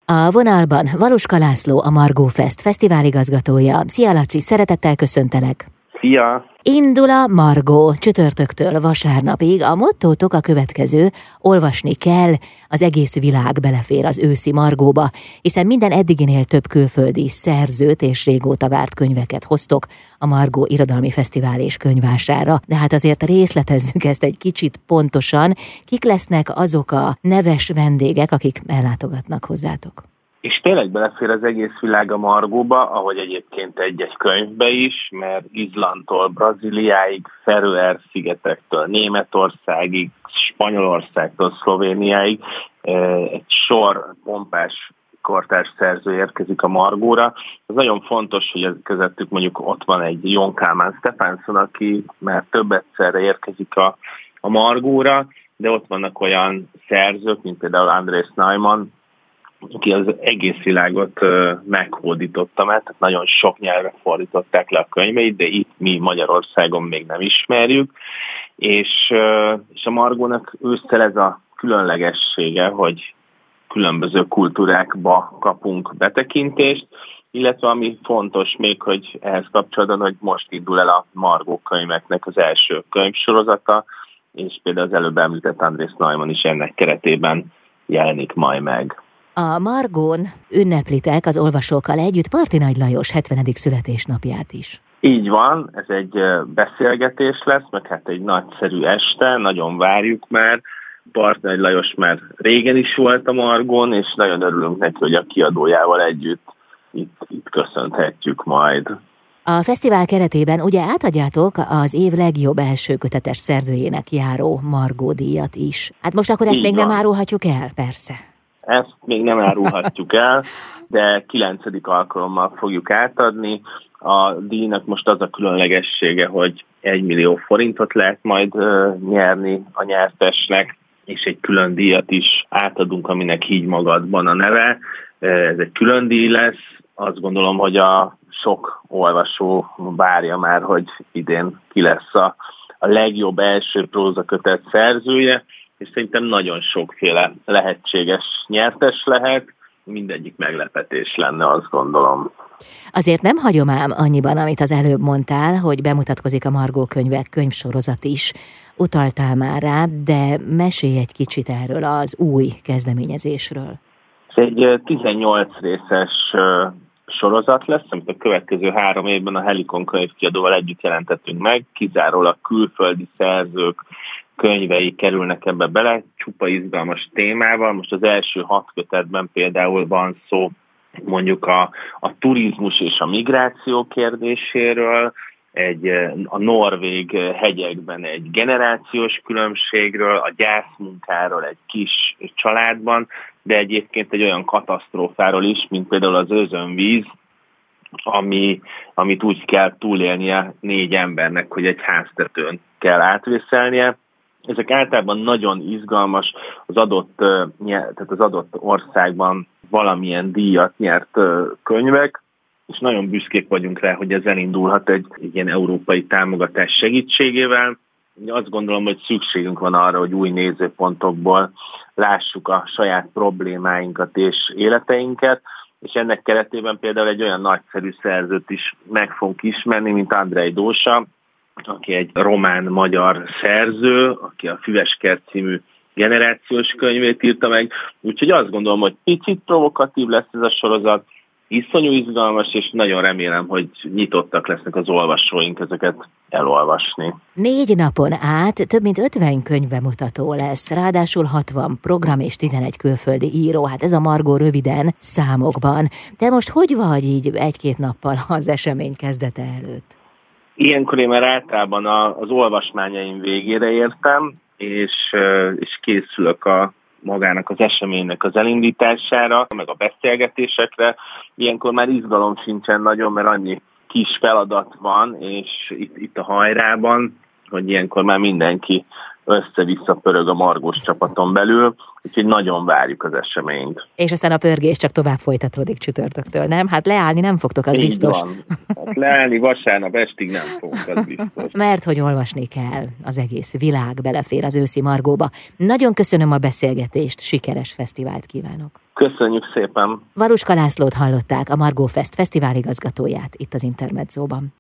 A vonalban Valuska László, a Margó Fest fesztiváligazgatója. Szia Laci, szeretettel köszöntelek! Szia! Indul a Margó csütörtöktől vasárnapig. A mottótok a következő: olvasni kell, az egész világ belefér az őszi Margóba, hiszen minden eddiginél több külföldi szerzőt és régóta várt könyveket hoztok a Margó Irodalmi Fesztivál és könyvvására. De hát azért részletezzük ezt egy kicsit pontosan. Kik lesznek azok a neves vendégek, akik ellátogatnak hozzátok? És tényleg belefér az egész világ a Margóba, ahogy egyébként egy-egy könyvbe is, mert Izlandtól Brazíliáig, Feröer-szigetektől Németországig, Spanyolországtól Szlovéniáig egy sor pompás kortárs szerző érkezik a Margóra. Ez nagyon fontos, hogy közöttük mondjuk ott van egy Jón Kálmán Stefánsson, aki már több egyszerre érkezik a Margóra, de ott vannak olyan szerzők, mint például Andrés Neumann, aki az egész világot meghódította, mert nagyon sok nyelvre fordították le a könyveit, de itt mi Magyarországon még nem ismerjük, és a Margónak ősszel ez a különlegessége, hogy különböző kultúrákba kapunk betekintést, illetve ami fontos még, hogy ehhez kapcsolatban, hogy most indul el a Margó könyveknek az első könyvsorozata, és például az előbb említett Andrés Neumann is ennek keretében jelenik majd meg. A Margón ünneplitek az olvasókkal együtt Parti Nagy Lajos 70. születésnapját is. Így van, ez egy beszélgetés lesz, meg hát egy nagyszerű este, nagyon várjuk már. Parti Nagy Lajos már régen is volt a Margón, és nagyon örülünk neki, hogy a kiadójával együtt itt köszönhetjük majd. A fesztivál keretében ugye átadjátok az év legjobb első kötetes szerzőjének járó Margó díjat is. Hát most akkor ezt még nem árulhatjuk el, persze. Ezt még nem árulhatjuk el, de 9. alkalommal fogjuk átadni. A díjnak most az a különlegessége, hogy 1 millió forintot lehet majd nyerni a nyertesnek, és egy külön díjat is átadunk, aminek Higgy magadban a neve. Ez egy külön díj lesz. Azt gondolom, hogy a sok olvasó várja már, hogy idén ki lesz a legjobb első prózakötet szerzője, és szerintem nagyon sokféle lehetséges nyertes lehet, mindegyik meglepetés lenne, azt gondolom. Azért nem hagyom ám annyiban, amit az előbb mondtál, hogy bemutatkozik a Margó könyvek könyvsorozat is. Utaltál már rá, de mesélj egy kicsit erről az új kezdeményezésről. Ez egy 18 részes sorozat lesz, amit a következő 3 évben a Helikon könyvkiadóval együtt jelentettünk meg, kizárólag külföldi szerzők könyvei kerülnek ebbe bele, csupa izgalmas témával. Most az első 6 kötetben például van szó mondjuk a turizmus és a migráció kérdéséről, a norvég hegyekben egy generációs különbségről, a gyászmunkáról egy kis családban, de egyébként egy olyan katasztrófáról is, mint például az özönvíz, amit úgy kell túlélnie 4 embernek, hogy egy háztetőn kell átvészelnie. Ezek általában nagyon izgalmas, az adott országban valamilyen díjat nyert könyvek, és nagyon büszkék vagyunk rá, hogy ez elindulhat egy ilyen európai támogatás segítségével. Azt gondolom, hogy szükségünk van arra, hogy új nézőpontokból lássuk a saját problémáinkat és életeinket, és ennek keretében például egy olyan nagyszerű szerzőt is meg fogunk ismerni, mint Andrej Dósa, aki egy román-magyar szerző, aki a Füveskert című generációs könyvét írta meg. Úgyhogy azt gondolom, hogy picit provokatív lesz ez a sorozat, iszonyú izgalmas, és nagyon remélem, hogy nyitottak lesznek az olvasóink ezeket elolvasni. 4 napon át több mint 50 könyvbemutató lesz, ráadásul 60 program és 11 külföldi író. Hát ez a Margó röviden számokban. De most hogy vagy így 1-2 nappal az esemény kezdete előtt? Ilyenkor én már általában az olvasmányaim végére értem, és készülök magának az eseménynek az elindítására, meg a beszélgetésekre. Ilyenkor már izgalom sincsen nagyon, mert annyi kis feladat van, és itt a hajrában, hogy ilyenkor már mindenki össze-vissza pörög a margós csapaton belül, úgyhogy nagyon várjuk az eseményt. És aztán a pörgés csak tovább folytatódik csütörtöktől, nem? Hát leállni nem fogtok, az biztos. Így van. Hát leállni vasárnap estig nem fogunk, az biztos. Mert hogy olvasni kell, az egész világ belefér az őszi Margóba. Nagyon köszönöm a beszélgetést, sikeres fesztivált kívánok. Köszönjük szépen! Varuska Lászlót hallották, a Margó Fest fesztivál igazgatóját itt az Intermedzóban.